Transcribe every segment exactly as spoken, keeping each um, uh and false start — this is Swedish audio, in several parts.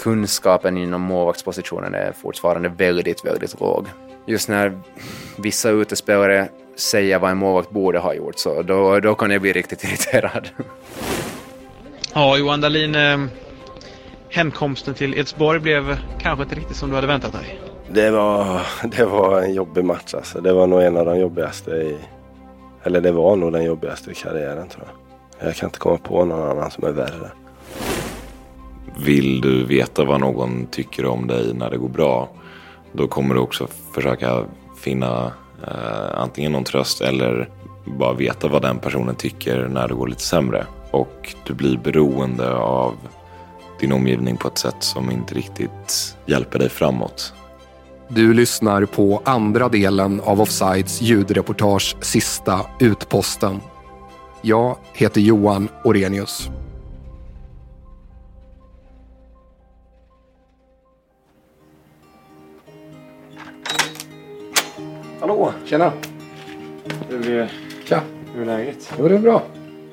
kunskapen inom målvaktspositionen är fortfarande väldigt, väldigt låg. Just när vissa utespelare säger vad en målvakt borde ha gjort, så då, då kan jag bli riktigt irriterad. Ja, Johan Dahlin, eh, hemkomsten till Edsborg blev kanske inte riktigt som du hade väntat dig. Det var, det var en jobbig match alltså. Det var nog en av de jobbigaste i, eller det var nog den jobbigaste i karriären, tror jag. Jag kan inte komma på någon annan som är värre. Vill du veta vad någon tycker om dig när det går bra, då kommer du också försöka finna eh, antingen någon tröst eller bara veta vad den personen tycker när det går lite sämre. Och du blir beroende av din omgivning på ett sätt som inte riktigt hjälper dig framåt. Du lyssnar på andra delen av Offsides ljudreportage Sista utposten. Jag heter Johan Orenius. Hallå! Tjena! Hur är, Tja! hur är läget? Jo, det är bra.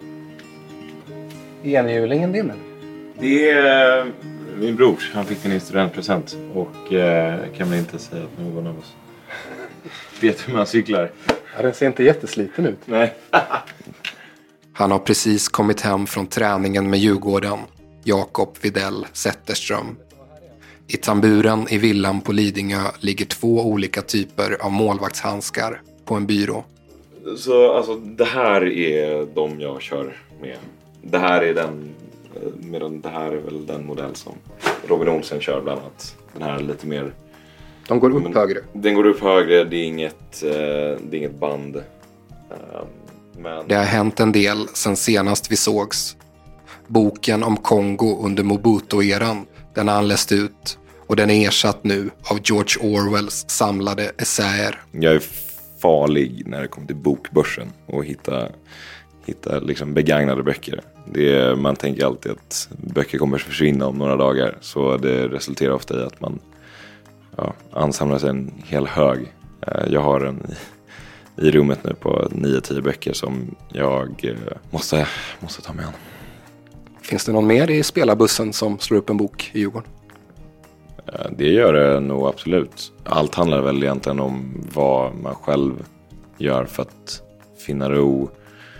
Enhjulingen din, eller? Det är min bror. Han fick en studentpresent och eh, kan väl inte säga att någon av oss vet hur man cyklar. Ja, den ser inte jättesliten ut. Nej. Han har precis kommit hem från träningen med Djurgården, Jakob Widell Zetterström. I tamburen i villan på Lidingö ligger två olika typer av målvaktshandskar på en byrå. Så alltså, det här är de jag kör med. Det här är den, medan det här är väl den modell som Robin Olsen kör bland annat. Den här är lite mer... De går upp men, högre. Den går upp högre, det är inget, eh, det är inget band. Um, men... Det har hänt en del sen senast vi sågs. Boken om Kongo under Mobutu-eran, den har han läst ut. Och den är ersatt nu av George Orwells samlade essäer. Jag är farlig när det kommer till bokbörsen och hitta, hitta liksom begagnade böcker. Det är, man tänker alltid att böcker kommer att försvinna om några dagar. Så det resulterar ofta i att man ja, ansamlar sig en hel hög. Jag har en i, i rummet nu på nio tio böcker som jag måste, måste ta med an. Finns det någon mer i spelarbussen som slår upp en bok i Djurgården? Det gör det nog absolut. Allt handlar väl egentligen om vad man själv gör för att finna ro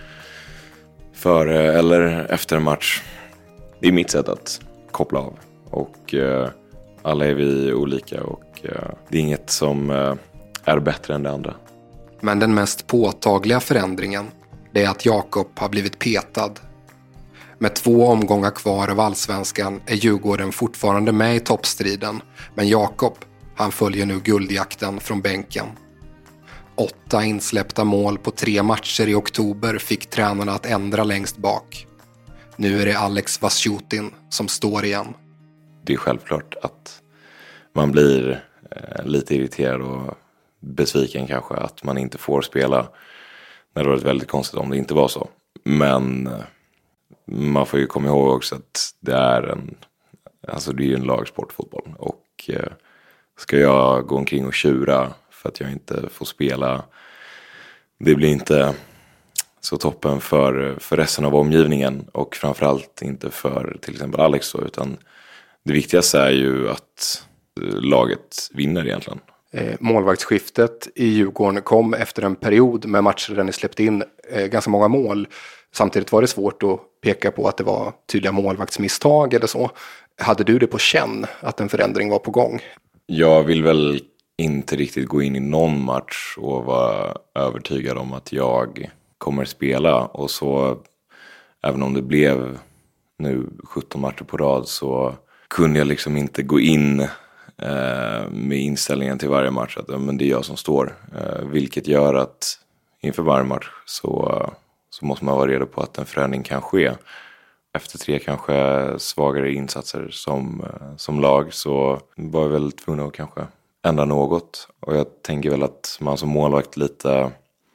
före eller efter en match. Det är mitt sätt att koppla av. Och eh, alla är vi olika och eh, det är inget som eh, är bättre än det andra. Men den mest påtagliga förändringen är att Jakob har blivit petad. Med två omgångar kvar av allsvenskan är Djurgården fortfarande med i toppstriden. Men Jakob, han följer nu guldjakten från bänken. Åtta insläppta mål på tre matcher i oktober fick tränarna att ändra längst bak. Nu är det Alex Vasjutin som står igen. Det är självklart att man blir eh, lite irriterad och besviken kanske att man inte får spela. Det var väldigt konstigt om det inte var så. Men... Eh, man får ju komma ihåg också att det är en, alltså det är ju en lagsport fotboll och eh, ska jag gå omkring och tjura för att jag inte får spela, det blir inte så toppen för, för resten av omgivningen och framförallt inte för till exempel Alex då, utan det viktigaste är ju att laget vinner egentligen. Eh, målvaktsskiftet i Djurgården kom efter en period med matcher där ni släppte in eh, ganska många mål. Samtidigt var det svårt att peka på att det var tydliga målvaktsmisstag eller så. Hade du det på känn att en förändring var på gång? Jag vill väl inte riktigt gå in i någon match och vara övertygad om att jag kommer spela. Och så, även om det blev nu sjutton matcher på rad, så kunde jag liksom inte gå in eh, med inställningen till varje match att men det är jag som står. Eh, vilket gör att inför varje match så... så måste man vara redo på att en förändring kan ske. Efter tre kanske svagare insatser som, som lag så var jag väl tvungen att kanske ändra något. Och jag tänker väl att man som målvakt lite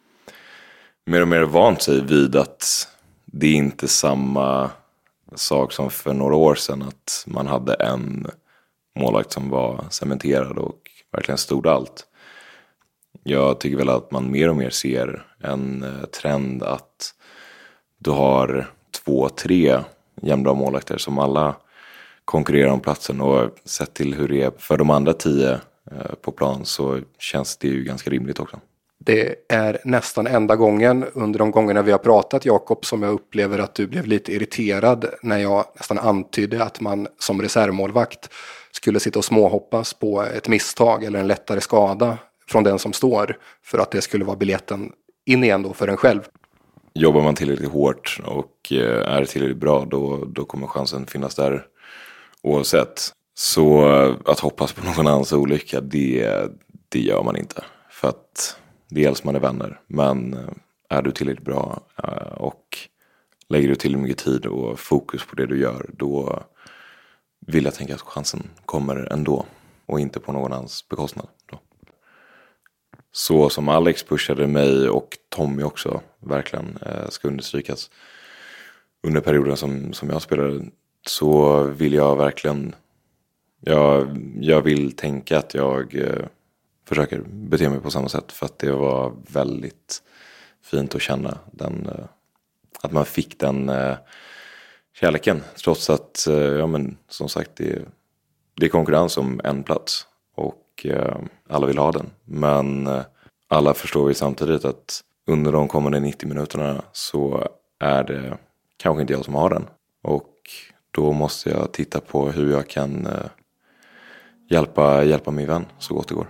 mer och mer vant sig vid att det är inte samma sak som för några år sedan. Att man hade en målvakt som var cementerad och verkligen stod allt. Jag tycker väl att man mer och mer ser en trend att du har två, tre jämnbra målvakter som alla konkurrera om platsen, och sett till hur det är för de andra tio eh, på plan så känns det ju ganska rimligt också. Det är nästan enda gången under de gångerna vi har pratat, Jakob, som jag upplever att du blev lite irriterad när jag nästan antydde att man som reservmålvakt skulle sitta och småhoppas på ett misstag eller en lättare skada från den som står, för att det skulle vara biljetten in igen då för en själv. Jobbar man tillräckligt hårt och är tillräckligt bra, då, då kommer chansen finnas där oavsett. Så att hoppas på någon annans olycka, det, det gör man inte. För att dels man är vänner, men är du tillräckligt bra och lägger du till mycket tid och fokus på det du gör, då vill jag tänka att chansen kommer ändå och inte på någon annans bekostnad då. Så som Alex pushade mig och Tommy också verkligen eh, ska understrykas under perioden som, som jag spelade, så vill jag verkligen jag, jag vill tänka att jag eh, försöker bete mig på samma sätt, för att det var väldigt fint att känna den, eh, att man fick den eh, kärleken, trots att eh, ja, men, som sagt det, det är konkurrens om en plats och eh, alla vill ha den, men eh, alla förstår ju samtidigt att under de kommande nittio minuterna så är det kanske inte jag som har den, och då måste jag titta på hur jag kan eh, hjälpa, hjälpa min vän så gott det går.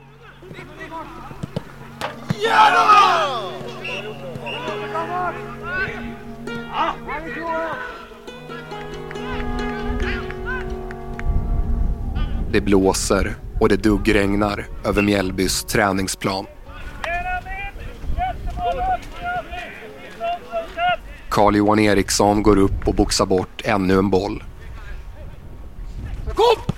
Det blåser och det duggregnar över Mjällbys träningsplan. Carl-Johan Eriksson går upp och boxar bort ännu en boll. Kom!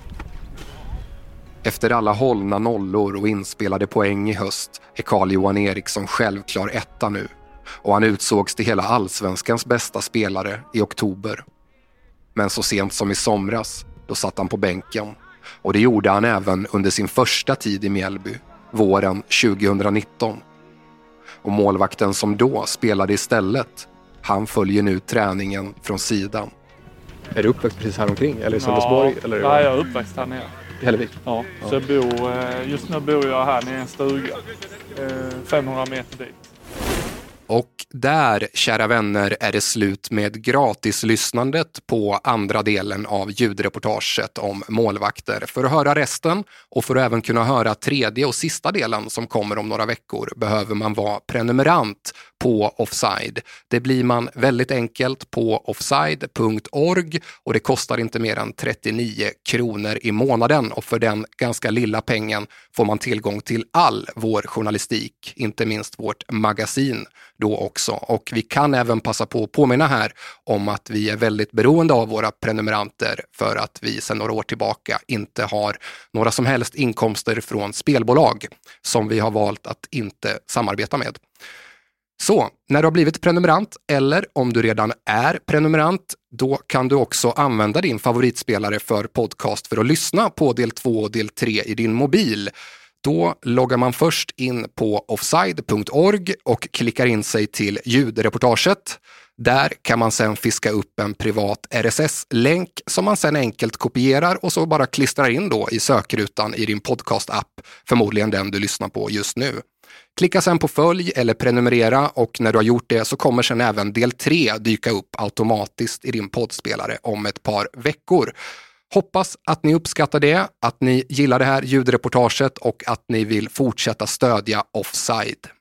Efter alla hållna nollor och inspelade poäng i höst är Carl-Johan Eriksson självklar etta nu, och han utsågs till hela allsvenskans bästa spelare i oktober. Men så sent som i somras, då satt han på bänken, och det gjorde han även under sin första tid i Mjällby, våren tjugonitton. Och målvakten som då spelade istället, han följer nu träningen från sidan. Är du uppväxt precis här omkring? Eller i Sölvesborg? Ja, eller? ja, jag är uppväxt här nere. I Hällevik? Ja, så jag bor, just nu bor jag här nere i en stuga. femhundra meter dit. Och där, kära vänner, är det slut med gratislyssnandet på andra delen av ljudreportaget om målvakter. För att höra resten och för att även kunna höra tredje och sista delen som kommer om några veckor behöver man vara prenumerant på Offside. Det blir man väldigt enkelt på offside punkt org, och det kostar inte mer än trettionio kronor i månaden, och för den ganska lilla pengen får man tillgång till all vår journalistik, inte minst vårt magasin då också. Och vi kan även passa på att påminna här om att vi är väldigt beroende av våra prenumeranter, för att vi sedan några år tillbaka inte har några som helst inkomster från spelbolag som vi har valt att inte samarbeta med. Så, när du har blivit prenumerant, eller om du redan är prenumerant, då kan du också använda din favoritspelare för podcast för att lyssna på del två och del tre i din mobil. Då loggar man först in på offside punkt org och klickar in sig till ljudreportaget. Där kan man sedan fiska upp en privat R S S-länk som man sedan enkelt kopierar och så bara klistrar in då i sökrutan i din podcast-app, förmodligen den du lyssnar på just nu. Klicka sedan på följ eller prenumerera, och när du har gjort det så kommer sedan även del tre dyka upp automatiskt i din poddspelare om ett par veckor. Hoppas att ni uppskattar det, att ni gillar det här ljudreportaget och att ni vill fortsätta stödja Offside.